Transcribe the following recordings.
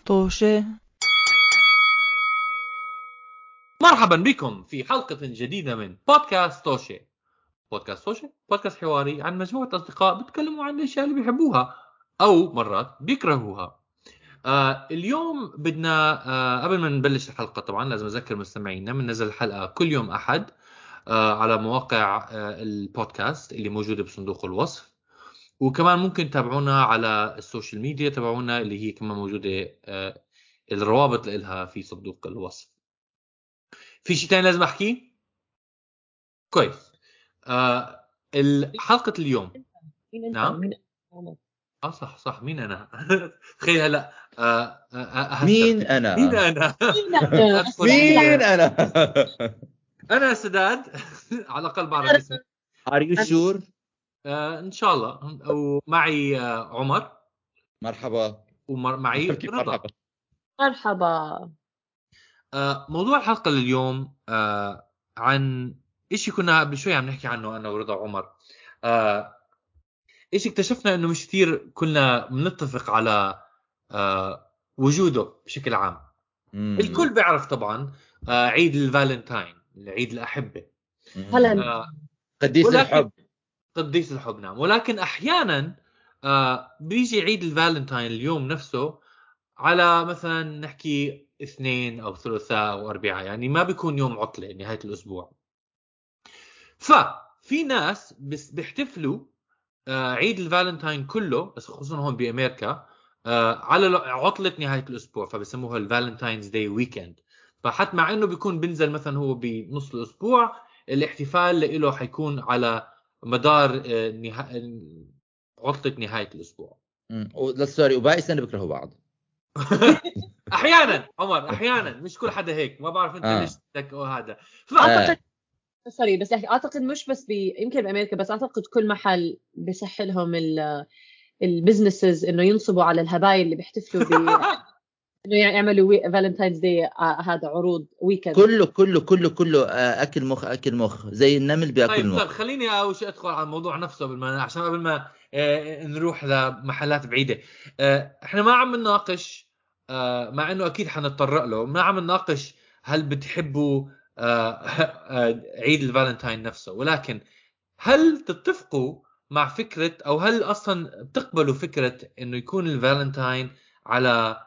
طوشة. مرحبا بكم في حلقة جديدة من بودكاست توشي. بودكاست حواري عن مجموعة أصدقاء بيتكلموا عن الأشياء اللي بيحبوها أو مرات بيكرهوها. اليوم بدنا قبل ما نبلش الحلقة طبعا لازم أذكر مستمعينا بننزل الحلقة كل يوم أحد على مواقع البودكاست اللي موجودة بصندوق الوصف، وكمان ممكن تتابعونا على السوشيال ميديا تبعونا اللي هي كمان موجودة الروابط لها في صندوق الوصف. في شيء تاني لازم أحكيه؟ كويس. الحلقة اليوم. مين انت؟ نعم. صح مين أنا؟ تخيل هلا مين أنا؟ مين أنا؟ أدخل مين أنا؟ أنا سداد. على الأقل بعرف اسمي. Are you sure؟ إن شاء الله. ومعي عمر. مرحبا. ومعي رضا. مرحبا. موضوع الحلقة اليوم عن إشي كنا قبل شوي عم نحكي عنه أنا ورضا وعمر. إيش اكتشفنا إنه مش كثير كلنا بنتفق على وجوده بشكل عام. الكل بيعرف طبعا عيد الفالنتاين، عيد الأحبة. قديس الحب. قديس الحب، نعم. ولكن أحيانا بيجي عيد الفالنتاين اليوم نفسه على مثلا نحكي اثنين أو ثلاثاء أو أربعاء، يعني ما بيكون يوم عطلة نهاية الأسبوع. ففي ناس بس بيحتفلوا عيد الفالنتاين كله، بس خصوصا هون بأمريكا على عطلة نهاية الأسبوع، فبسموها الفالنتاينز داي ويكند. فحتى مع إنه بيكون بنزل مثلا هو بنص الأسبوع، الاحتفال له حيكون على مدار عطلة نهاية الأسبوع. سوري، وباقي سنة بيكرهوا بعض. أحيانا عمر، أحيانا مش كل حدا هيك، ما بعرف أنت ليش بدك هذا. أعتقد سوري بس أعتقد مش بس يمكن بأمريكا، بس أعتقد كل محل بيسهلهم البزنسز إنه ينصبوا على الهبايل اللي بيحتفلوا إنه يعملوا فالنتاينز داي، هذا عروض ويكند. كله أكل مخ زي النمل بيأكل مخ. طيب خليني أدخل على الموضوع نفسه عشان قبل ما نروح لمحلات بعيدة. احنا ما عم نناقش، مع انه اكيد حنتطرق له، ما عم نناقش هل بتحبوا عيد الفالنتاين نفسه، ولكن هل تتفقوا مع فكرة او هل اصلا بتقبلوا فكرة انه يكون الفالنتاين على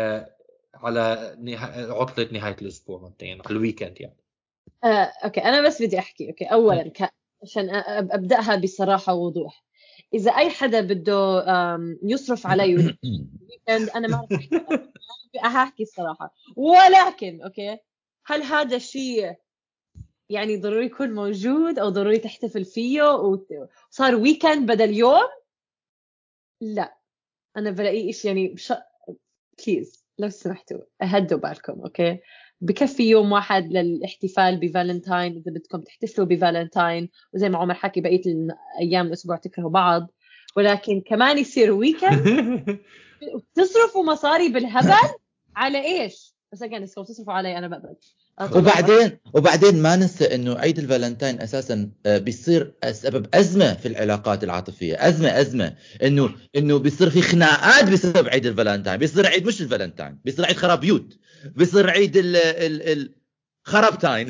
عطلة نهاية الاسبوع مبدئيا على الويكند يعني. اوكي، انا بس بدي احكي اوكي اولا عشان ابداها بصراحه ووضوح. اذا اي حدا بده يصرف علي ويكند، انا ما رح احكي الصراحه. ولكن اوكي، هل هذا الشيء يعني ضروري يكون موجود او ضروري تحتفل فيه وصار ويكند بدل يوم؟ لا، انا بلاقي شيء يعني بليز لو سمحتوا هدوا بالكم. اوكي، بكفي يوم واحد للاحتفال بفالنتاين اذا بدكم تحتفلوا بفالنتاين، وزي ما عمر حكي بقيه الايام الاسبوع تكرهوا بعض، ولكن كمان يصير ويكند وتصرفوا مصاري بالهبل على ايش؟ بس اجين تصرفوا علي انا بقبل. وبعدين ما ننسى انه عيد الفالنتاين اساسا بيصير سبب ازمه في العلاقات العاطفيه، ازمه انه بيصير في خناقات بسبب عيد الفالنتاين. بيصير عيد مش الفالنتاين، بيصير عيد خراب بيوت، بيصير عيد ال خربتاين.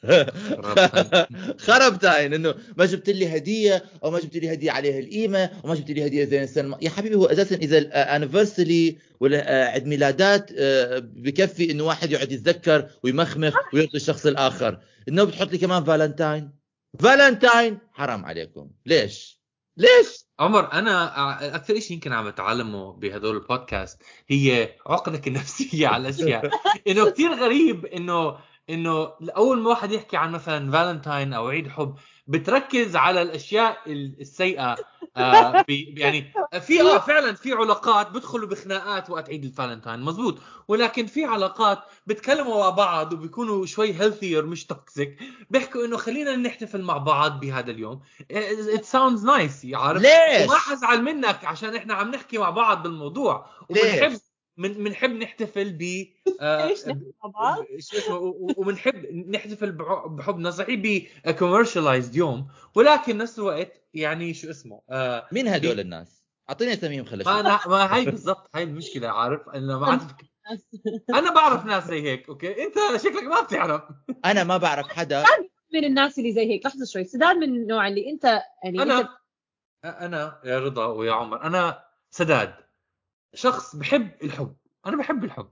خربتاين انه ما جبت لي هديه، او ما جبت لي هديه عليها القيمه، وما جبت لي هديه زين السنه. يا حبيبي هو اساسا اذا الانيفرساري ولا عيد ميلادات بكفي انه واحد يقعد يتذكر ويمخمخ ويرضي الشخص الاخر. انه بتحط لي كمان فالنتاين حرام عليكم. ليش عمر، انا اكثر شيء يمكن عم اتعلمه بهدول البودكاست هي عقدك النفسيه على الاشياء. انه كثير غريب انه اول ما واحد يحكي عن مثلا فالنتاين او عيد حب بتركز على الاشياء السيئه. يعني في فعلا في علاقات بدخلوا بخناقات وقت عيد الفالنتاين، مزبوط، ولكن في علاقات بتكلموا مع بعض وبيكونوا شوي هيلثير مش توكسيك، بيحكوا انه خلينا نحتفل مع بعض بهذا اليوم. it sounds nice، يعرف. وما حزعل منك عشان احنا عم نحكي مع بعض بالموضوع، وبنحب بنحب نحتفل ب شو اسمه، وبنحب نحتفل بحبنا صحيح بكوميرشلايزد يوم، ولكن نفس الوقت يعني شو اسمه مين هدول الناس؟ اعطيني اساميهم خلص. ما هاي بالضبط هاي المشكله، عارف انه ما عاد انا بعرف ناس زي هيك. اوكي انت شكلك ما بتعرف. انا ما بعرف حدا من الناس اللي زي هيك. لحظه شوي، سداد من النوع اللي انت يعني انت انا يا رضا ويا عمر، انا سداد شخص بحب الحب. انا بحب الحب.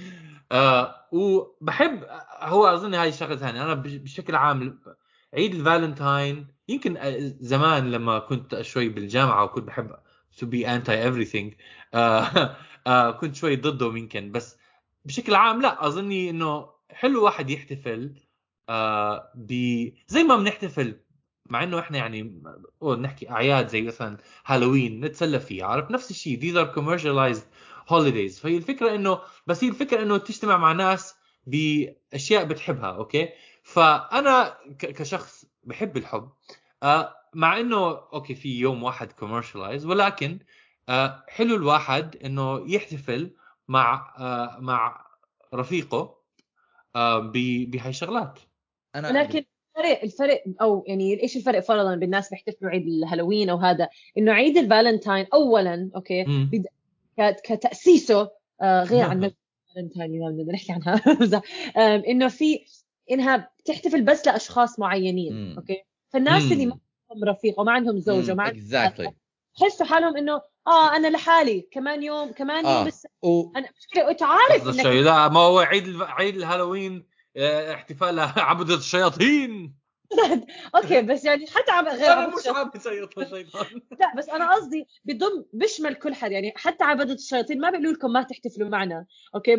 وبحب، هو اظن هاي شغله ثانيه. انا بشكل عام عيد الفالنتاين يمكن زمان لما كنت شوي بالجامعه وكنت بحب to be anti everything. كنت شوي ضده يمكن، بس بشكل عام لا، اظني انه حلو واحد يحتفل زي ما بنحتفل، مع انه احنا يعني نحكي اعياد زي مثلا هالوين نتسلى فيه، عارف؟ نفس الشيء these are commercialized holidays. فهي الفكره انه، بس هي الفكره انه تجتمع مع ناس باشياء بتحبها. اوكي، فانا كشخص بحب الحب، مع انه اوكي في يوم واحد commercialized، ولكن حلو الواحد انه يحتفل مع رفيقه بهاي الشغلات. ولكن الفرق او يعني ايش الفرق فرضا بالناس بيحتفلوا عيد الهالوين او هذا، انه عيد الفالنتاين اولا اوكي كتاسيسه غير عن الفالنتاين اللي بدنا نحكي عنها. انه في انها بتحتفل بس لاشخاص معينين. اوكي، فالناس اللي ما عندهم رفيق وما عندهم زوجه وما exactly. حسوا حالهم انه انا لحالي كمان يوم بس انا مشكله. وانت عارف انك لا، ما هو عيد الهالوين احتفال عبدة الشياطين. اوكي بس يعني حتى غير انا مش عبد الشيطان. لا بس انا قصدي بيشمل كل حد، يعني حتى عبدة الشياطين ما بيقولوا لكم ما تحتفلوا معنا. اوكي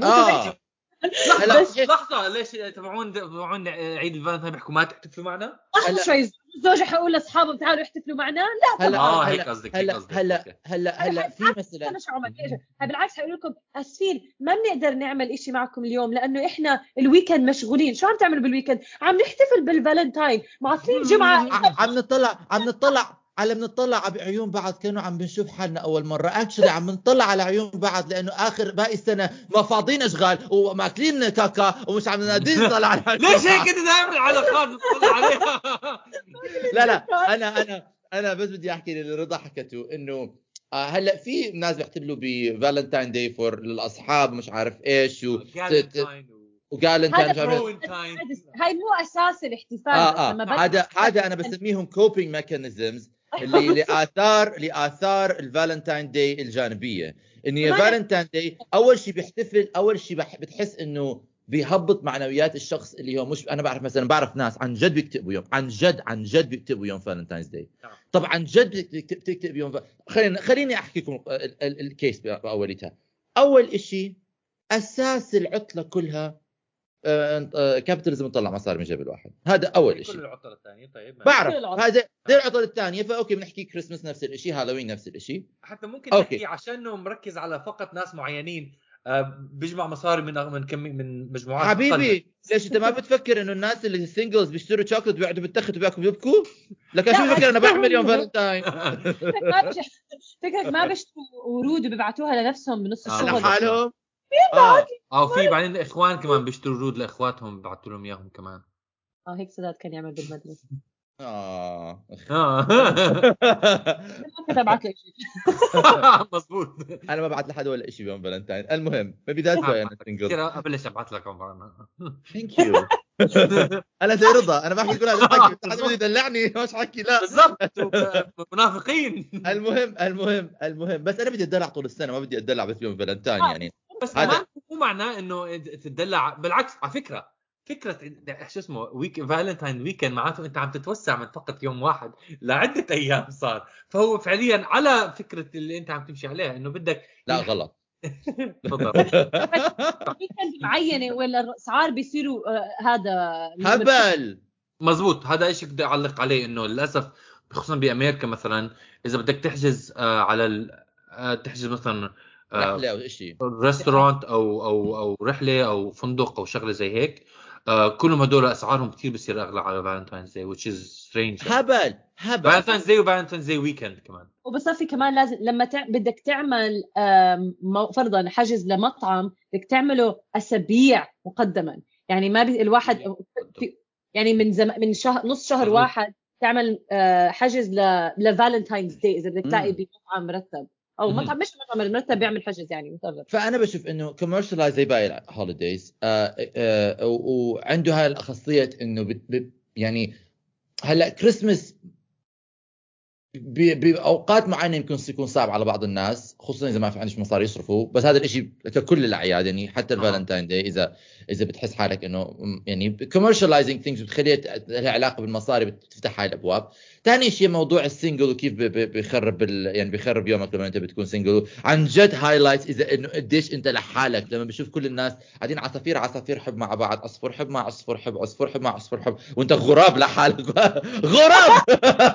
لحظه ليش تبعون عيد الفالنتاين بيحكوا ما تحتفلوا معنا؟ شوي الزوجة حقول لاصحابهم تعالوا احتفلوا معنا؟ لا طبعا. هيك قصدك. هلا في مثلا انا شو عملت؟ بالعكس حقول لكم اسفين ما بنقدر نعمل إشي معكم اليوم لانه احنا الويكند مشغولين. شو عم تعملوا بالويكند؟ عم نحتفل بالفالنتاين معطلين جمعه. عم نطلع بعيون بعض، كانوا عم بنشوف حالنا اول مره. اكشلي عم نطلع على عيون بعض لانه اخر باقي السنه ما فاضيين اشغال وماكلين كاكا ومش عم نادين نطلع على ليش هيك انت دائما العلاقات بتطلع عليها؟ لا انا بس بدي احكي اللي رضا حكته انه هلا في ناس بيحتفلوا بفالنتاين داي فور للاصحاب مش عارف ايش وجالنتاين هاي مو اساس الاحتفال. هذا انا بسميهم كوبينج ميكانيزمز اللي لاثار الفالنتاين داي الجانبيه. انه يا فالنتاين داي اول شيء بتحس انه بيهبط معنويات الشخص اللي هو مش. انا بعرف مثلا ناس عن جد بيكتبوا يوم عن جد بيكتبوا يوم فالنتاينز داي. طبعا عن جد بتكتب يوم خليني احكي لكم الكيس باوليتها. اول شيء اساس العطله كلها كابيتاليزم طلع مصاري من جيب الواحد. هذا اول شيء. كل العطله الثانيه طيب بعرف هذا زي العطله الثانيه. فاوكي بنحكي كريسماس نفس الشيء، هالوين نفس الشيء. حتى ممكن نحكي عشانه مركز على فقط ناس معينين بيجمع مصاري من مجموعات حبيبي ليش انت ما بتفكر انه الناس اللي سينجلز بيشتروا شوكولات بيقعدوا بيتخذوا بيبكوا؟ لكن شو بفكر انا بعمل يوم فالنتاين؟ فكرك ما بيشتروا ورود وبيبعتوها لنفسهم بنص الشغل لحالهم. في بعدين الاخوان كمان بيشتروا ورود لاخواتهم بيبعتوا لهم اياهم كمان. هيك سداد كان يعمل بالمدرسه. كتب لك شيء. مظبوط. انا ما بعت لحد ولا شيء بيوم فالنتاين. المهم maybe that's why انا سينجل. ابلش ابعث لك عمر. ثانك يو. انا زي رضا انا بحكي كل هذا الحكي بس حدا بده يدلعني مش حكي. لا بالضبط منافقين. المهم بس انا بدي ادلع طول السنه، ما بدي ادلع بس يوم فالنتاين يعني. بس هذا مو معناه انه تدلع، بالعكس على فكره شو اسمه فالنتاين ويكند معناته انت عم تتوسع من فقط يوم واحد لعده ايام صار. فهو فعليا على فكره اللي انت عم تمشي عليها انه بدك لا غلط. تفضل. ويكند معينه ولا الاسعار بيصيروا هذا هبل. مزبوط. هذا ايش بدي اعلق عليه، انه للاسف خصوصا بامريكا مثلا اذا بدك تحجز على تحجز مثلا رحله او شيء ريستورانت او رحله او فندق او شغله زي هيك، كلهم هدول اسعارهم كثير بصير اغلى على فالنتاينز داي which is strange. هبل فالنتاينز داي وفالنتاينز داي ويكند كمان. وبصفي كمان لازم لما بدك تعمل فرضا حجز لمطعم بدك تعمله اسابيع مقدما. يعني ما الواحد يعني من شهر نص شهر واحد تعمل حجز لفالنتاينز داي اذا بدك تلاقي بمطعم مرتب. او مطعم مش مطعم المرتب بيعمل حجز يعني whatever. فانا بشوف انه كوميرشلايز زي باقي الهوليديز وعنده هاي الاخصيه انه يعني هلا كريسمس باوقات معينه يكون صعب على بعض الناس، خصوصا اذا ما في عندش مصاري يصرفوا، بس هذا الشيء ككل الاعياد يعني حتى الفالنتاين داي اذا بتحس حالك انه يعني كوميرشلايزنج ثينجز بتخليها لها علاقه بالمصاري، بتفتح هاي الابواب. ثاني شيء موضوع السنجل وكيف بيخرب يعني بيخرب يومك لما انت بتكون سنجل عن جد. هايلايتس اذا انه قديش انت لحالك لما بشوف كل الناس قاعدين عصافير حب مع بعض، عصفور حب مع عصفور حب، عصفور حب مع عصفور حب، وانت غراب لحالك غراب.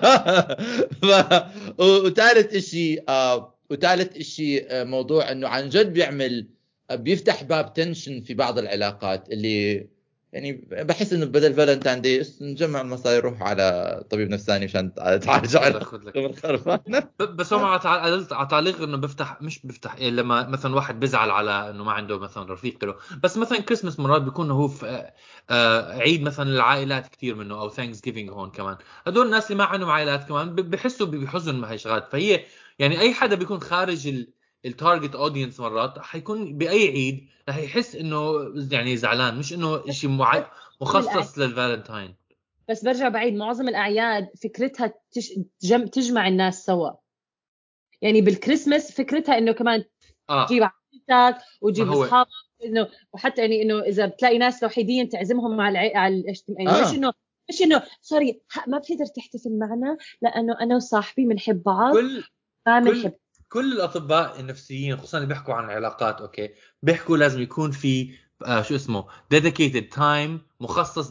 وثالث شيء موضوع انه عن جد بيفتح باب تنشن في بعض العلاقات اللي يعني بحس انه بدل فالنتاين دي نجمع المصاري نروح على طبيب نفساني عشان تعالج علاقتكم الخرفانه. بس هم على تعليق انه مش بيفتح إيه لما مثلا واحد بيزعل على انه ما عنده مثلا رفيق له. بس مثلا كريسمس مرات بيكون هو في عيد مثلا العائلات كتير منه، او ثانكس جيفينج هون كمان هدول الناس اللي ما عندهم عائلات كمان بحسوا بحزن مع هاي شغلات. فهي يعني اي حدا بيكون خارج التارجت اودينس مرات حيكون باي عيد رح يحس انه يعني زعلان، مش انه شيء مخصص للفالنتاين. بس برجع بعيد، معظم الأعياد فكرتها تجمع الناس سوا. يعني بالكريسماس فكرتها إنه كمان تجيب عائلتك وتجيب أصحابك، إنه وحتى يعني إنه إذا بتلاقي ناس وحيدين تعزمهم على الاجتماع. مش إنه سوري ما بتقدر تحتفل معنا لأنه أنا وصاحبي بنحب بعض. كل الأطباء النفسيين خصوصا اللي بيحكوا عن علاقات أوكي بيحكوا لازم يكون في شو اسمه dedicated time مخصص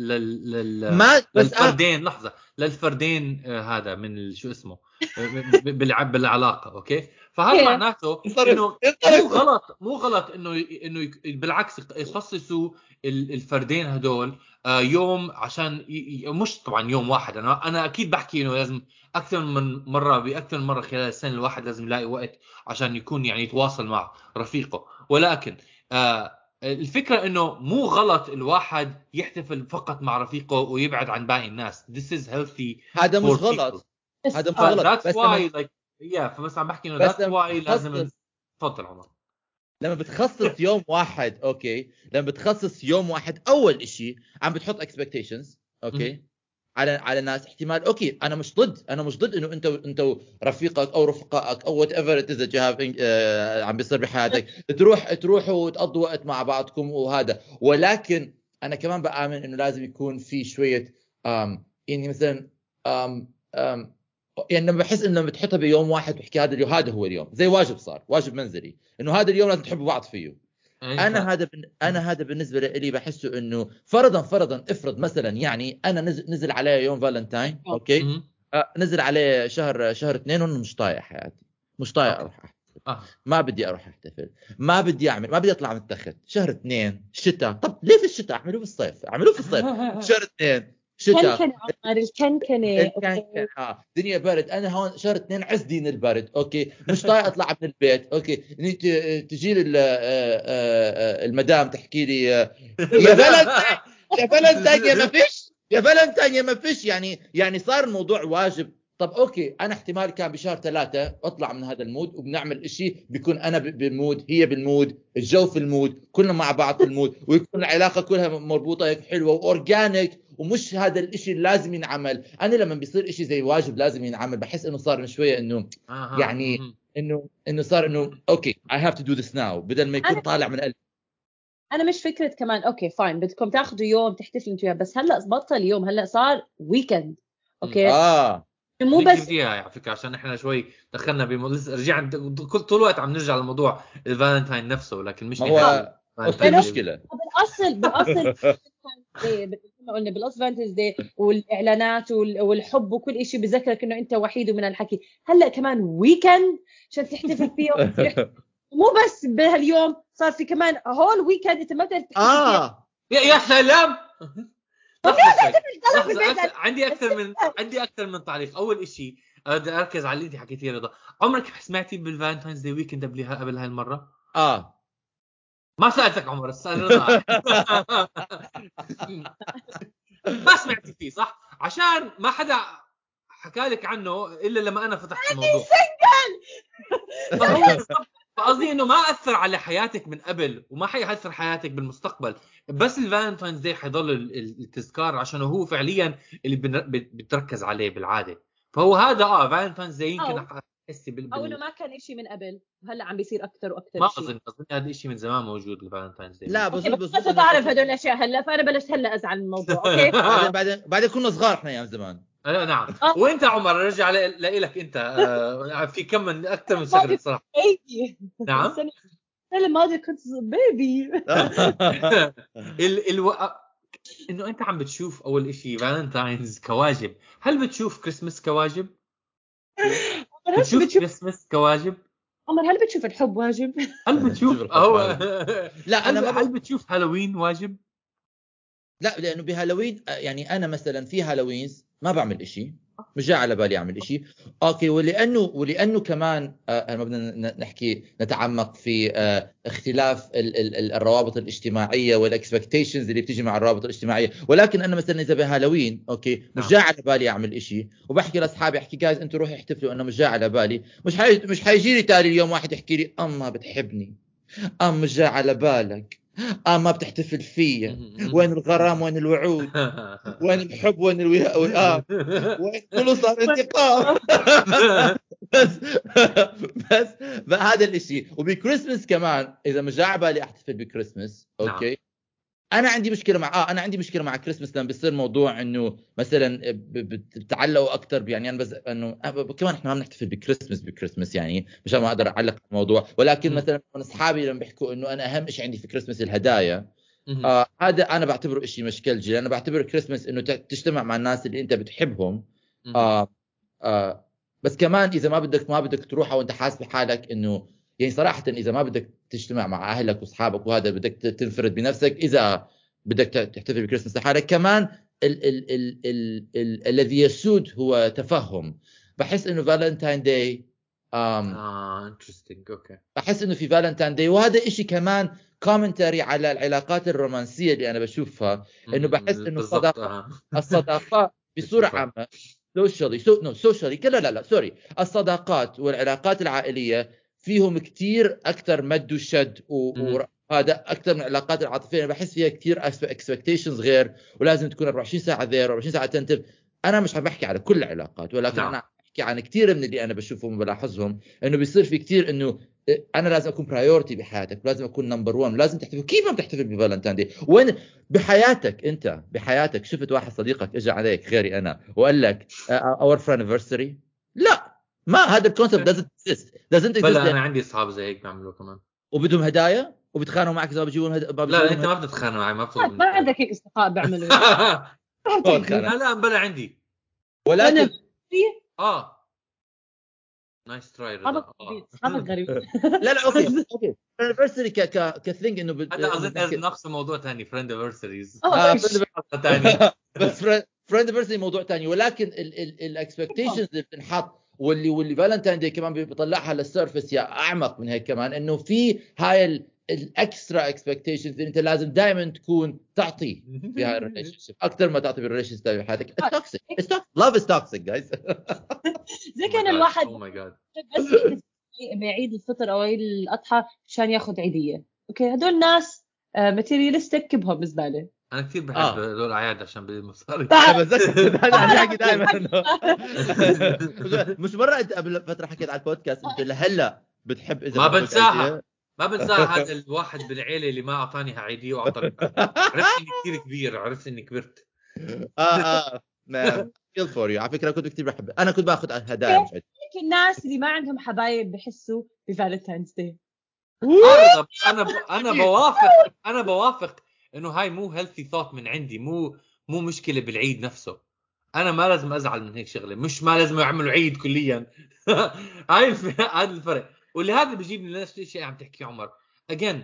للفردين. لحظة للفردين هذا من شو اسمه بالعلاقة أوكي. فهذا معناته إنه مو غلط إنه بالعكس يخصصوا الفردين هدول يوم عشان مش طبعا يوم واحد. أنا أكيد بحكي إنه لازم أكثر من مرة خلال السنة الواحد لازم يلاقي وقت عشان يكون يعني يتواصل مع رفيقه. ولكن الفكرة إنه مو غلط الواحد يحتفل فقط مع رفيقه ويبعد عن باقي الناس. This is healthy. هذا مش غلط. هذا مش غلط. That's why like فبس عم بحكي إنه that's why لازم. تفضل عمر. لما بتخصص يوم واحد أوكي، لما بتخصص يوم واحد أول إشي عم بتحط expectations أوكي على ناس. احتمال اوكي انا مش ضد انه انت رفيقك او رفقائك او وات ايفر عم بيصير بحياتك تروحوا وتقضوا وقت مع بعضكم وهذا. ولكن انا كمان بآمن انه لازم يكون في شويه يعني مثلا يعني لما بحس انه بتحطها بيوم واحد بحكي هذا هو اليوم، زي واجب منزلي انه هذا اليوم لازم تحبوا بعض فيه. انا هذا بالنسبه لي بحسه انه افرض مثلا يعني انا نزل علي يوم فالنتاين اوكي نزل عليه شهر 2 وانا مش طايق حياتي، مش طايق اروح احتفل. ما بدي اروح احتفل، ما بدي اطلع من التخت. شهر 2 شتاء، طب ليه في الشتاء؟ اعملوه في الصيف. شهر 2 شتاء الكنكنة دنيا برد. انا هون شهر 2 عز دين البرد اوكي، مش طايق اطلع من البيت اوكي. تجي المدام تحكي لي يا فالنتاين ما فيش يعني صار الموضوع واجب. طب اوكي انا احتمال كان بشهر 3 اطلع من هذا المود وبنعمل اشي بيكون انا بالمود، هي بالمود، الجو في المود، كلنا مع بعض في المود، ويكون العلاقة كلها مربوطة هيك حلوة واورجانيك، ومش هذا الاشي اللازم ينعمل. انا لما بيصير اشي زي واجب لازم ينعمل بحس انه صار شوية انه يعني انه صار انه اوكي I have to do this now بدل ما يكون طالع من قلبي. انا مش فكرة كمان اوكي فاين بدكم تاخذوا يوم تحتفلوا انتوا، بس هلا بطل يوم، هلا صار ويكند اوكي. مو بس على فكرة عشان احنا شوي دخلنا رجعنا طول الوقت عم نرجع للموضوع الفالنتاين نفسه، لكن مش هو المشكلة بالاصل قلنا بالاصل فالنتاينز داي والاعلانات والحب وكل شيء بذكرك انه انت وحيد من الحكي. هلا كمان ويكند عشان تحتفل فيه مو بس بهاليوم، صار في كمان هول ويكند انت ما بتقدر تحتفل فيه. يا سلام. عندي اكثر من تعليق. اول إشي بدي اركز على اللي انت حكيتيه رضا. عمرك سمعتي بالفالنتاينز داي ويكند قبل هاي المره؟ ما سالتك عمر، السؤال رضا. ما سمعتي فيه صح؟ عشان ما حدا حكالك عنه الا لما انا فتحت الموضوع. فهو فقصدي انه ما اثر على حياتك من قبل وما حيأثر حياتك بالمستقبل، بس الفالنتاينز داي حيضل التذكار عشان هو فعليا اللي بتركز عليه بالعاده. فهو هذا فالنتاينز داي يمكن حسي او انه ما كان إشي من قبل، هلا عم بيصير اكثر واكثر. ما اظن هذا الشيء من زمان موجود الفالنتاينز داي. لا بس بظن تعرف هدول الاشياء هلا، فانا بلشت هلا ازعل من الموضوع. اوكي بعدين كنا صغار احنا ايام زمان. نعم. وانت عمر رجع لك انت في كم من اكثر من شغله صراحه. نعم السنه الماضيه كنت بيبي. انه انت عم بتشوف اول إشي فالنتاينز كواجب، هل بتشوف كريسمس كواجب؟ بتشوف كريسمس كواجب؟ عمر هل بتشوف الحب واجب؟ هل بتشوف لا انا هل بتشوف هالوين واجب؟ لا لانه بهالوين يعني انا مثلا في هالوينز ما بعمل إشي، مش جاي على بالي اعمل إشي. اوكي ولانه كمان ما بدنا نحكي نتعمق في اختلاف الروابط الاجتماعيه والاكسبكتيشنز اللي بتيجي مع الروابط الاجتماعيه، ولكن انا مثلا اذا بهالوين اوكي مش جاي على بالي اعمل إشي وبحكي لاصحابي احكي جايز انتوا روحوا احتفلوا، انه مش جاي على بالي، مش حيجي لي تالي اليوم واحد يحكي لي ما بتحبني، مش جاي على بالك، ما بتحتفل فيا، وين الغرام وين الوعود وين الحب وين الوئام وين كله صار انتقام. بس بس هذا الاشي. وبكريسمس كمان اذا مش جاي على بالي احتفل بكريسمس اوكي انا عندي مشكله مع انا عندي مشكله مع كريسمس لما بيصير موضوع انه مثلا بتعلقوا اكثر يعني انا بس انه كمان احنا ما بنحتفل بكريسمس يعني مشان ما اقدر اعلق على الموضوع، ولكن مثلا من اصحابي لما بيحكوا انه انا اهم شيء عندي في كريسمس الهدايا، هذا انا بعتبره شيء مشكلجي. انا بعتبر كريسمس انه تجتمع مع الناس اللي انت بتحبهم. بس كمان اذا ما بدك تروح وانت حاسس بحالك انه يعني صراحة إذا ما بدك تجتمع مع أهلك وأصحابك وهذا بدك تنفرد بنفسك، إذا بدك تحتفل بكريسمس لحالك كمان الذي يسود هو تفهم. بحس إنه فالنتاين داي interesting اوكي بحس إنه في فالنتاين داي وهذا إشي كمان كومنتاري على العلاقات الرومانسية اللي أنا بشوفها، إنه بحس إنه الصداقات بصورة عامة سوشيالي لا سوري، الصداقات والعلاقات العائلية فيهم كتير أكثر مد وشد وهذا أكثر من العلاقات العاطفية. أنا بحس فيها كتير expectations غير، ولازم تكون 24 ساعة there 24 ساعة تنتبه. أنا مش عم بحكي على كل العلاقات، ولكن أنا بحكي عن كتير من اللي أنا بشوفهم وبلاحظهم إنه بيصير في كتير إنه أنا لازم أكون برايورتي بحياتك، لازم أكون نمبر 1، لازم تحتفل. كيف ما بتحتفل بفالنتاين دي؟ وين بحياتك أنت بحياتك شفت واحد صديقك إجا عليك غيري أنا وقال لك our anniversary؟ لا، ما هذا الكونسبت doesn't exist. بلا انا عندي اصحاب زي هيك بيعملوا كمان وبدهم هدايا وبتخانقوا معك اذا بيجيبون لا انت ما بتتخانق معي، ما بتطلب ما عندك هيك اصدقاء بيعملوا لا بلا عندي، ولكن نايس تراي رضا اصحابك غريب. لا اوكي anniversary كثينج انه هذا اظن نفس موضوع ثاني فريند anniversaries ثاني بس فريند anniversary موضوع ثاني، ولكن الاكسبكتيشنز اللي بتنحط واللي فالنتاين داي كمان بيطلعها للسيرفس يا اعمق من هيك كمان، انه في هاي الاكسترا اكسبكتيشنز اللي انت لازم دائما تكون تعطي بهاي الريليشن شيب اكثر ما تعطي بالريليشن شيب في حياتك. توكسيك لاف از توكسيك جايز. زي كان الواحد بس بعيد الفطر او عيد الاضحى عشان ياخذ عيديه. اوكي هدول ناس ماتيريالستيك كبهم بزباله. انا كثير بحب هذول الاعياد عشان بدي مصاري. انا حكي دائما مش مره انت قبل فتره حكيت على البودكاست انت لهلا بتحب اذا ما بنساها هذا الواحد بالعيله اللي ما اعطاني عيديه واعطاني عرفت اني كثير كبير، عرفت اني كبرت. فيل فور يو. على فكره كنت كثير بحب، انا كنت باخذ هدايا مش هيك الناس اللي ما عندهم حبايب بحسوا بفالنتاينز داي. انا بوافق انه هاي مو هيلثي ثوت من عندي، مو مشكله بالعيد نفسه. انا ما لازم ازعل من هيك شغله، مش ما لازم يعملوا عيد كليا. هاي هذا الفرق، واللي هذا بيجيبني لنفس الشيء عم تحكي عمر اجين.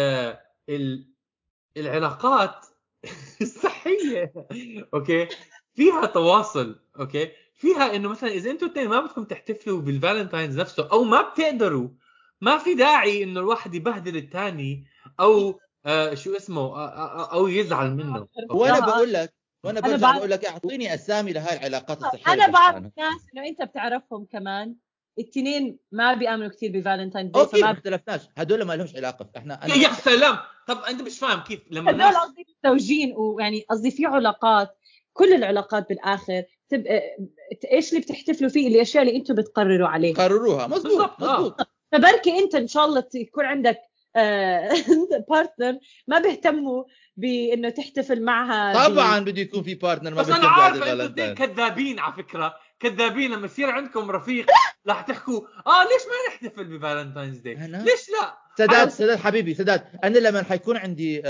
العلاقات الصحيه اوكي فيها تواصل، اوكي فيها انه مثلا اذا انتوا الاثنين ما بدكم تحتفلوا بالفالنتاينز نفسه او ما بتقدروا، ما في داعي انه الواحد يبهدل الثاني او شو اسمه او يزعل منه. وانا بقول لك وانا أنا برجع بعرف- بقول لك اعطيني اسامي لهاي العلاقات الصحيه انا اللي بعرف بحكي عنها. ناس انه انت بتعرفهم كمان التنين ما بيامنوا كثير بفالنتاين داي، اوكي ما فما اختلفناش، هدول ما لهمش علاقه. انا يا سلام. طب انت مش فاهم كيف لما هدول الناس قصدي متزوجين، ويعني قصدي في علاقات، كل العلاقات بالاخر تبقى ايش اللي بتحتفلوا فيه، الاشياء اللي انتم بتقرروا عليها. قرروها. مزبوط بالضبط، مزبوط. فبركي انت ان شاء الله يكون عندك بارتنر ما بيهتموا بانه تحتفل معها طبعا بده يكون في بارتنر ما بس انا بيهتم بعد عارف انتوا اثنين الفالنتاين. كذابين على فكره، كذابين. لما يصير عندكم رفيق راح تحكوا ليش ما نحتفل بفالنتاينز داي، أنا؟ ليش لا. سداد حبيبي سداد، انا لما حيكون عندي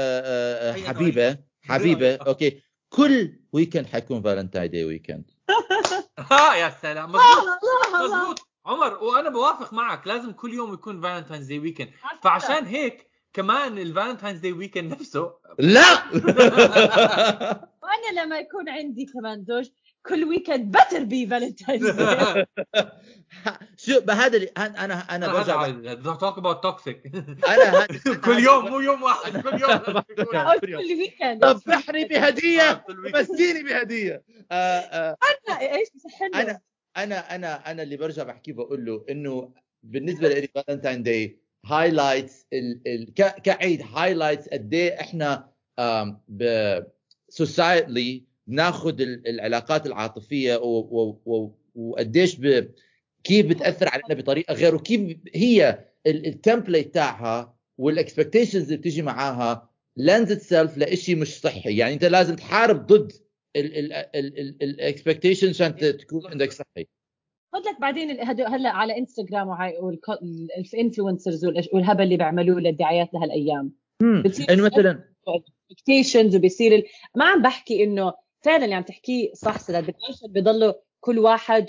حبيبه اوكي كل ويكند حيكون فالنتاين داي ويكند. يا سلام. مزبوط عمر، وانا بوافق معك، لازم كل يوم يكون فالنتاينز داي ويكند. فعشان هيك كمان الفالنتاينز داي ويكند نفسه لا وانا لما يكون عندي كمان زوج كل ويكند بتر بي فالنتاينز داي. شو بهذا انا برجع توك اباوت توكسيك. انا كل يوم مو يوم واحد، كل يوم لازم يكون. كل ويكند صبحني بهديه كل ويكند. ومسيني بهديه. ايش بصحنا انا اللي برجع بحكي بقول له انه بالنسبه لي فالنتاين داي هايلايتس كعيد هايلايتس قد ايه احنا سوسايتلي ناخذ العلاقات العاطفيه وقديش كيف بتاثر علينا بطريقه غير، وكيف هي التمبليت تاعها والاكسبكتيشنز اللي بتيجي معاها لانز اتسلف لشيء مش صحي. يعني انت لازم تحارب ضد الاكسبكتيشن عشان تكون عندك صحي. خد لك بعدين هلا على انستغرام والانفلونسرز والهبل اللي بيعملوه للدعايات لهالايام انه مثلا اكسبكتيشنز وبيصير ما عم بحكي انه فعلا اللي عم تحكيه صح سداد، بالاخر بضلوا كل واحد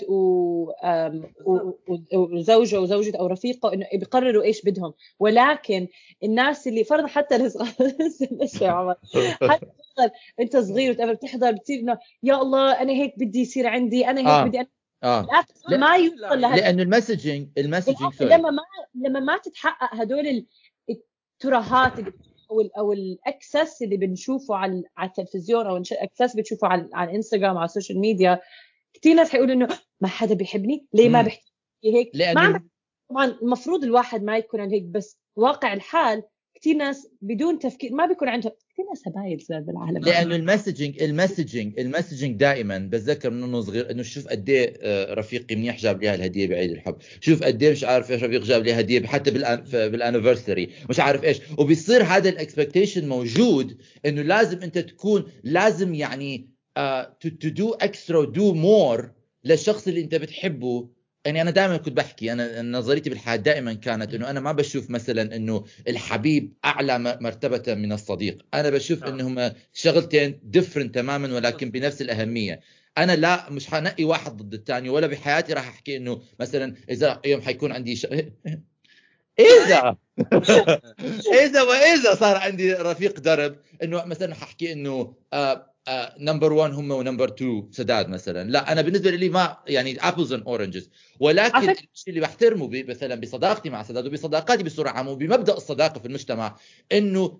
وزوجه وزوجته او رفيقه انه بيقرروا ايش بدهم، ولكن الناس اللي فرض حتى الصغار يا عمر حتى انت صغير وتقبل بتحضر بتصير انه يا الله انا هيك بدي يصير عندي، انا هيك بدي ما يوصل لانه المسجنج لما ما تتحقق هدول الترهات او الاكسس اللي بنشوفه على التلفزيون او الاكسس بتشوفه على الانستغرام على السوشيال ميديا. كثير ناس حيقولوا انه ما حدا بيحبني ليه ما بحكي هيك. طبعا المفروض الواحد ما يكون هيك، بس واقع الحال كثير ناس بدون تفكير ما بيكون عندهم، كثير ناس هبايل بالعالم. لانه المسجنج دائما بتذكر من انه صغير انه شوف قد ايه رفيقي منيح جاب لي الهديه بعيد الحب، شوف قد ايه مش عارف ايش رفيق جاب لي هديه حتى بالانيفرساري مش عارف ايش، وبيصير هذا الاكسبكتيشن موجود انه لازم انت تكون لازم يعني to do extra do more للشخص اللي انت بتحبه. يعني انا دائما كنت بحكي، انا نظريتي بالحياه دائما كانت انه انا ما بشوف مثلا انه الحبيب اعلى مرتبه من الصديق، انا بشوف انهم شغلتين ديفرنت تماما ولكن بنفس الاهميه. انا لا مش حنقي واحد ضد الثاني، ولا بحياتي راح احكي انه مثلا اذا يوم حيكون عندي اذا صار عندي رفيق درب انه مثلا ححكي انه نمبر 1 هم ونمبر 2 سداد مثلا. لا انا بالنسبه لي ما يعني ابلز اند اورنجز، ولكن الشيء اللي بحترمه مثلا بصداقتي مع سداد وبصداقاتي بصوره عامه وبمبدا الصداقه في المجتمع انه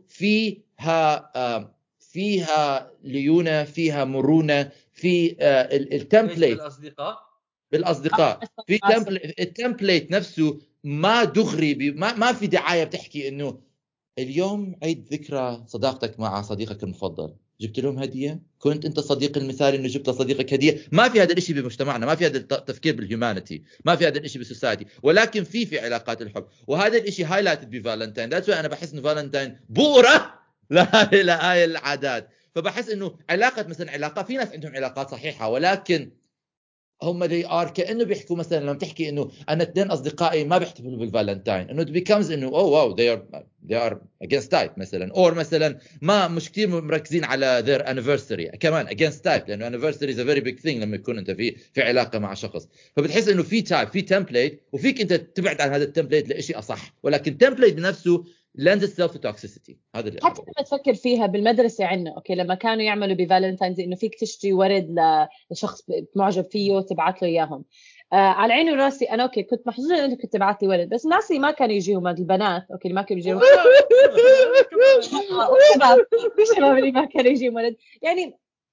فيها ليونه، فيها مرونه، في التمبليت بالاصدقاء في التمبليت نفسه ما دغري ما في دعايه بتحكي انه اليوم عيد ذكرى صداقتك مع صديقك المفضل، جبت لهم هديه، كنت انت الصديق المثالي انه جبت لصديقك هديه. ما في هذا الشيء بمجتمعنا، ما في هذا التفكير بالهيومانيتي، ما في هذا الشيء بالسوسايتي، ولكن في علاقات الحب، وهذا الشيء هايلايتد بفالنتاين. ذاتس واي انا بحس انه فالنتاين بؤره لهاي العادات. فبحس انه علاقه مثلا علاقه في ناس عندهم علاقات صحيحه، ولكن هم they are كأنه بيحكوا مثلا لما تحكي إنه أنا 2 أصدقائي ما بيحتفلوا بالفالنتاين، إنه it becomes إنه oh wow they are against type مثلا، or مثلا ما مش كتير مركزين على their anniversary كمان against type، لأنه anniversary is a very big thing لما يكون أنت في علاقة مع شخص. فبتحس إنه في type في template، وفيك أنت تبعد عن هذا التمبليت لإشي أصح، ولكن template بنفسه lends itself to toxicity. هذا اللي حتى لما تفكر فيها بالمدرسة عنا أوكي لما كانوا يعملوا بفالنتاينز إنه فيك تشتري ورد لشخص معجب فيه وتبعت له إياهم. على عيني وراسي أنا أوكي كنت محظوظة إنك كنت تبعت لي ورد، بس الناس اللي ما كانوا يجيهم البنات أوكي اللي ما كانوا يجيهم الشباب اللي ما كانوا يجيهم ورد يعني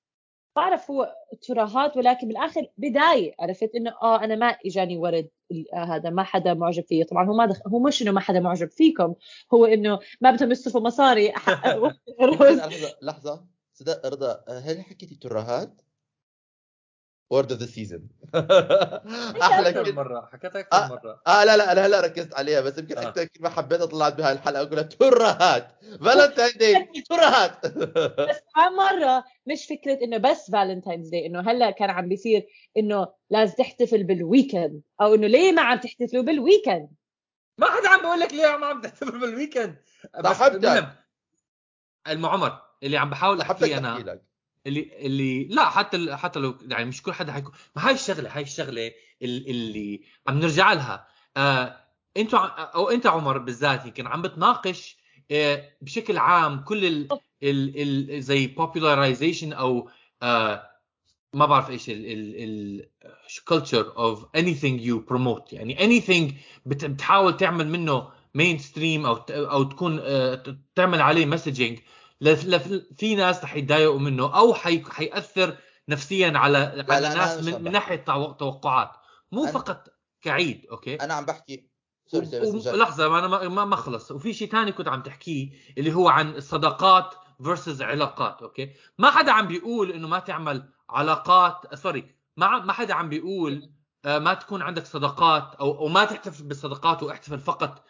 بعرف هو ترهات، ولكن بالاخر بدايه عرفت انه انا ما اجاني ورد هذا ما حدا معجب فيه. طبعا هو ما هو مش انه ما حدا معجب فيكم، هو انه ما بدهم يصرفوا مصاري ممكن لحظة صدق رضا، هل حكيتي ترهات word of the season؟ احلى أكثر كلمة. مرة حكيتها أكثر مرة. لا انا هلا ركزت عليها، بس يمكن اكثر كلمة حبيت اطلع بها الحلقة اقولها ترهات فالنتاين داي ترهات. بس مرة مش فكرة إنه بس فالنتاينز داي، إنه هلا كان عم بيصير إنه لازم تحتفل بالويكند، أو إنه ليه ما عم تحتفلوا بالويكند. ما حدا عم بقول لك ليه ما عم تحتفل بالويكند. بس صاحبتك المهم المعمر اللي عم بحاول صاحبتك احكيه تحكي انا، لك. اللي لا حتى لو يعني مش كل حدا حيكون، ما هاي الشغله اللي عم نرجع لها. انتوا او انت عمر بالذات يمكن عم بتناقش بشكل عام كل ال زي popularization او ما بعرف ايش ال culture of anything you promote، يعني anything بتحاول تعمل منه mainstream او تكون تعمل عليه messaging. في ناس رح يتضايقوا منه او حيأثر نفسيا على لا لا انا الناس مش عم من بحكي. ناحية توقعات، مو انا فقط كعيد. اوكي. انا عم بحكي سوري بس مشان لحظة، ما أنا ما خلص. وفي شيء تاني كنت عم تحكيه اللي هو عن الصداقات versus علاقات. أوكي. ما حدا عم بيقول إنه ما تعمل علاقات، سوري، ما حدا عم بيقول ما تكون عندك صداقات أو ما تحتفل بالصداقات واحتفل فقط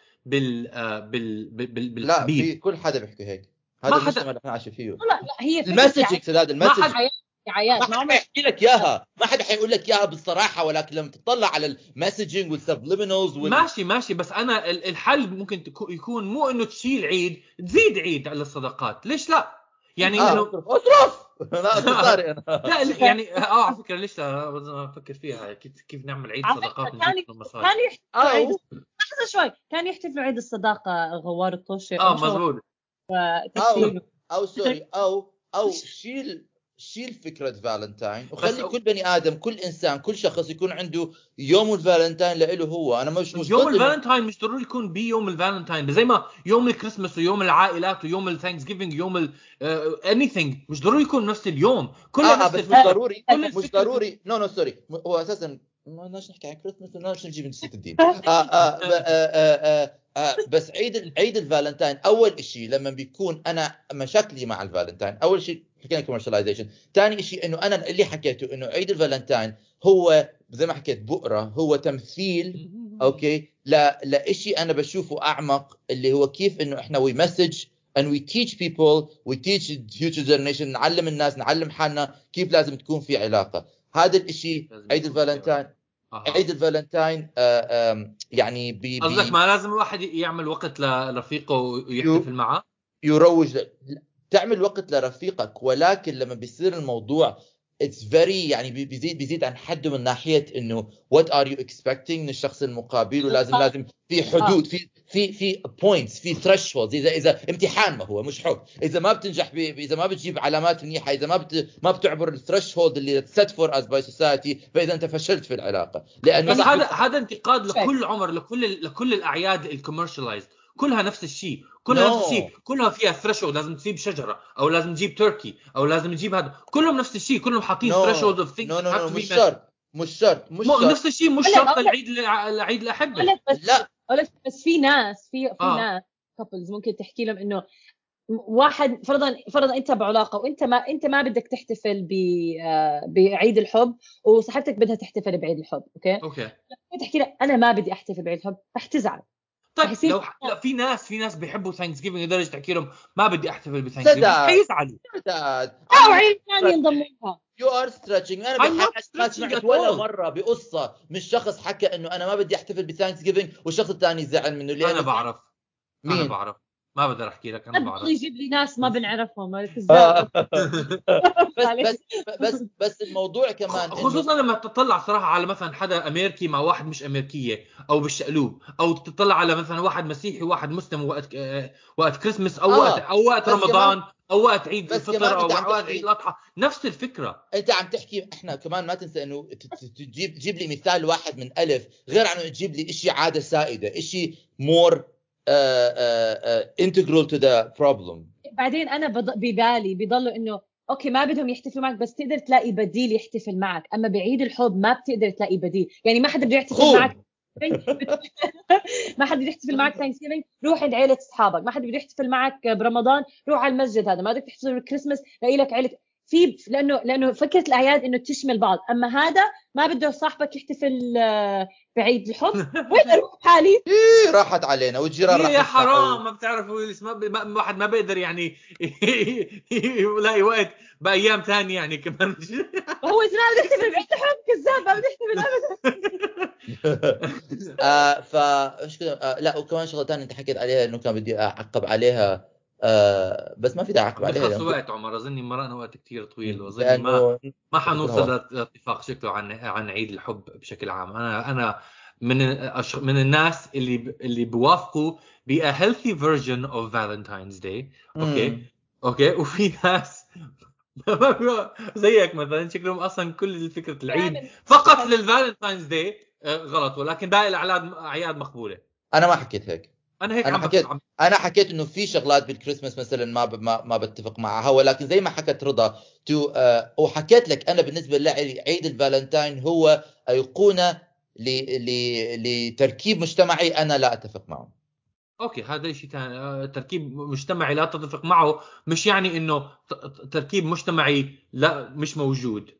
لا، في بالحبيب. كل حدا بيحكي هيك، ما هذا المجتمع حدا اللي احنا عايشين فيه. لا هي فكرة المسجنج سداد ما المسج، حدا عيات ما عيات ما حدا عمر. حيحكي لك اياها، ما حدا حيقول لك اياها بالصراحه، ولكن لما تطلع على المسجنج والسبليمينالز ماشي، بس انا الحل ممكن يكون مو انه تشيل عيد، تزيد عيد على الصداقات. ليش لا؟ يعني انه اصرف لا انتصاري انا. لا يعني على فكره لسه افكر فيها كيف نعمل عيد على فكرة صداقات نجيب منه مصاري. كانوا يحتفلوا عيد او لحظة شوي، كانوا يحتفلوا عيد الصداقة غوار الطوشة مش غوار مزبوط. او تكفيل. او سوري او شيل فكره فالنتاين بس وخلي كل بني ادم، كل انسان، كل شخص يكون عنده يوم الفالنتاين له هو. انا مش يوم ضد انه الفالنتاين مش ضروري يكون بيوم الفالنتاين، زي ما يوم الكريسماس ويوم العائلات ويوم الثانكس جيفينج يوم anything مش ضروري يكون نفس اليوم، كله نفس بس مش الفكره. ضروري، كل مش الفكره ضروري نو سوري، هو اساسا ما بدناش نحكي عن كريسماس، ولا نجيب من سيره الدين. بس عيد الفالنتاين اول شيء لما بيكون انا مشاكلي مع الفالنتاين، اول شيء حكينا كوميرشاليزيشن، ثاني شيء انه انا اللي حكيته انه عيد الفالنتاين هو زي ما حكيت بؤره، هو تمثيل اوكي لشيء انا بشوفه اعمق، اللي هو كيف انه احنا وي مسج and we teach people, we teach future generation، نعلم الناس، نعلم حالنا كيف لازم تكون في علاقة. هذا الاشي لازم عيد يكون في الفالنتاين. علاقة. عيد الفالنتاين يعني بي قصدك بي ما لازم الواحد يعمل وقت لرفيقه ويحتفل يو معه؟ يروج تعمل وقت لرفيقك، ولكن لما بيصير الموضوع it's very يعني بيزيد عن حده من ناحيه انه what are you expecting من الشخص المقابل، ولازم في حدود، في points، في thresholds. اذا امتحان، ما هو مش حب، اذا ما بتنجح اذا ما بتجيب علامات منيحه، اذا ما بتعبر الثريشولد اللي set for us by society، فاذا انت فشلت في العلاقه، لانه بس صاحبي هذا انتقاد شوي. لكل عمر، لكل الاعياد الكوميرشلايزد، كلها نفس الشيء، نو كلها نفس الشيء، كلها فيها ثريشولد، لازم تجيب شجره او لازم تجيب تركي او لازم تجيب هذا، كلهم نفس الشيء، كلهم حاطين نو ثريشولد اوف ثينجز نو that نو have نو to مش be met. شرط، مش شرط نفس الشيء مش شرط اقول لك لعيد الاحبه. بس لا اقول لك بس في ناس في اه ناس كابلز ممكن تحكي لهم انه واحد فرضا انت بعلاقه وانت ما بدك تحتفل بعيد الحب، وصاحبتك بدها تحتفل بعيد الحب، اوكي؟ اوكي. تحكي لها انا ما بدي احتفل بعيد الحب، رح تزعل، رح طيب يصير لو لا، في ناس بيحبوا ثانكس جيفينج لدرجه تحكي لهم ما بدي احتفل بثانكس جيفينج، سداد حيزعلوا. او I'm عيد ثاني ينضموا لها. you are stretching. انا I'm not بحياتي ما stretching سمعت at ولا all. مره بقصه مش شخص حكى انه انا ما بدي احتفل بثانكس جيفينج والشخص الثاني زعل منه، انا لانه بعرف انا مين بعرف ما بقدر احكي لك، انا ما بضل بعرف. يجيب لي ناس ما بنعرفهم كذاب. بس بس الموضوع كمان انه خصوصا لما تطلع صراحه على مثلا حدا امريكي مع واحد مش امريكيه او بالشقلوب، او تطلع على مثلا واحد مسيحي وواحد مسلم وقت كريسمس او وقت بس كمان رمضان او وقت عيد بس الفطر كمان او انت عم وقت عيد تحكي الاضحى، نفس الفكره. انت عم تحكي احنا كمان ما تنسى انه تجيب لي مثال واحد من الف، غير عنه تجيب لي شيء عاده سائده، شيء more integral to the problem. بعدين انا ببالي بضل انه اوكي ما بدهم يحتفلوا معك بس تقدر تلاقي بديل يحتفل معك. اما بعيد الحب ما بتقدر تلاقي بديل، يعني ما حدا بده يحتفل معك ما حدا بده يحتفل معك ثانكسجيفينج روح عند عيله اصحابك. ما حدا بده يحتفل معك برمضان روح على المسجد. هذا ما بدك تحتفل بالكريسماس لاقي لك عيله في لانه فكره الاعياد انه تشمل بعض. اما هذا ما بده صاحبك يحتفل بعيد الحب وين اروح حالي. راحت علينا والجيران راح يا يسمعوا. حرام ما بتعرفوا واحد ما بيقدر يعني يلاقي وقت بايام ثانيه يعني كمان. هو اذا ما بده يحتفل بعيد الحب كذاب ما بده يحتفل ابدا. ايش كده لا وكمان شغله ثانيه انت حكيت عليها انه كان بدي اعقب عليها بس ما في داعي اعقب عم عليها بتخلصوا وقت عمر، اظني مرقنا وقت كتير طويل، واظني لانه ما حنوصل هو لاتفاق شكله عن عيد الحب بشكل عام. انا من الناس اللي بوافقوا ب a healthy version of Valentine's Day. اوكي وفي ناس زيك مثلا شكلهم اصلا كل فكره العيد فقط للفالنتاينز داي غلط، ولكن باقي اعياد مقبوله. انا ما حكيت هيك. انا هيك انا حكيت انه في شغلات بالكريسماس مثلا ما بتفق معها، ولكن زي ما حكت رضا وحكيت لك انا بالنسبه لي عيد الفالنتاين هو ايقونه لتركيب مجتمعي انا لا اتفق معه. اوكي هذا شيء ثاني. تركيب مجتمعي لا تتفق معه مش يعني انه تركيب مجتمعي لا مش موجود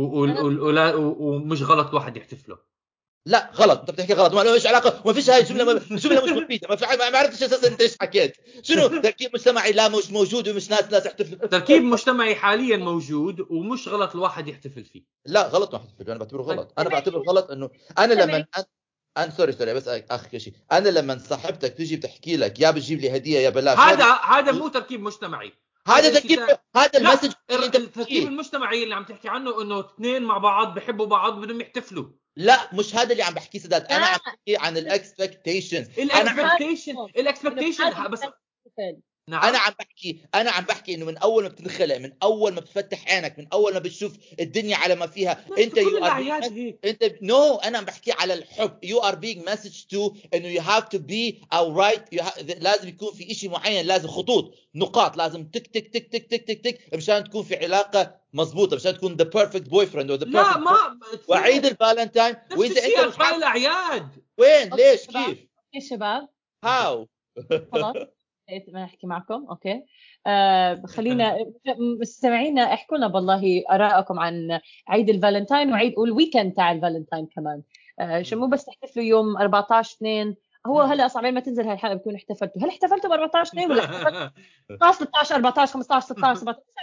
ومش غلط الواحد يحتفله. لا غلط، انت بتحكي غلط، ما له ايش علاقه، ما فيش هاي الجمله جمله مش مفيده، ما عرفتش اساسا انت ايش حكيت. شنو تركيب مجتمعي لا مش موجود ومش ناس يحتفلوا؟ تركيب مجتمعي حاليا موجود ومش غلط الواحد يحتفل فيه. لا غلط ما احتفل، انا بعتبره غلط. انا بعتبر غلط انه انا لما انا سوري بس اخر شيء، انا لما صاحبتك تيجي بتحكي لك يا بتجيب لي هديه يا بلاش، هذا مو تركيب مجتمعي. هذا تركيب، هذا المسج اللي انت التركيب المجتمعي اللي عم تحكي عنه انه اثنين مع بعض بحبوا بعض بدهم يحتفلوا. لا مش هذا اللي عم بحكي سداد، انا عم بحكي عن الاكسبكتيشنز. الاكسبكتيشن بس نعم. انا عم بحكي انه من اول ما بتنخلق، من اول ما بتفتح عينك، من اول ما بتشوف الدنيا على ما فيها انت انا عم بحكي على الحب. you are being message to انه you have to be alright. لازم يكون في إشي معين، لازم خطوط نقاط لازم تك تك تك تك تك تك تك مشان تكون في علاقة مضبوطة، مشان تكون the perfect boyfriend or the perfect ما وعيد الفالنتاين. واذا انت مش باقي الاعياد وين ليش كيف يا شباب how خلاص ما احكي معكم اوكي. خلينا مستمعينا احكوا لنا والله ارائكم عن عيد الفالنتاين وعيد والويكند تاع الفالنتاين كمان. شو مو بس تحتفلوا يوم 14/2. هو هلا اصلا ما تنزل هاي الحلقه بكون احتفلتوا. هل احتفلتوا ب 14/2 ولا احتفلتوا 13 14 15 16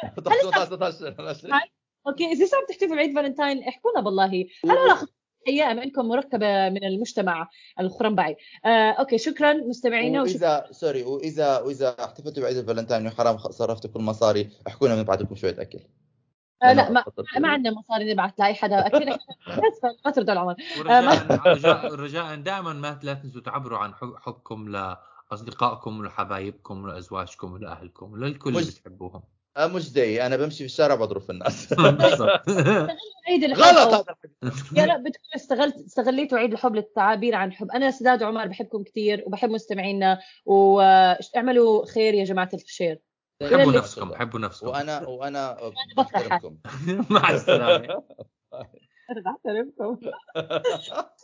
17 اوكي اذا صار تحتفلوا بعيد فالنتاين احكوا لنا والله. هل ايام انكم مركبه من المجتمع الخرنبعي. اوكي شكرا مستمعينا. واذا سوري واذا احتفلتوا بعيد الفالنتاين وحرام صرفتوا كل مصاري احكوا لنا بنبعث لكم شويه اكل. لا ما عندنا مصاري نبعث لاي حدا اكيد بس ما ترضوا العمر. رجاء دائما ما لا تنسوا تعبروا عن حبكم لاصدقائكم ولحبايبكم ولازواجكم ولاهلكم وللكل اللي بتحبوهم. مش زي انا بمشي في الشارع بضرب في الناس. غلط هذا. يا لا بتكون استغليتوا عيد الحب للتعابير عن حب. انا سداد وعمر بحبكم كثير وبحب مستمعينا واعملوا خير يا جماعه الخير. حبوا نفسكم. وانا بحترمكم. مع السلامه. بحترمكم.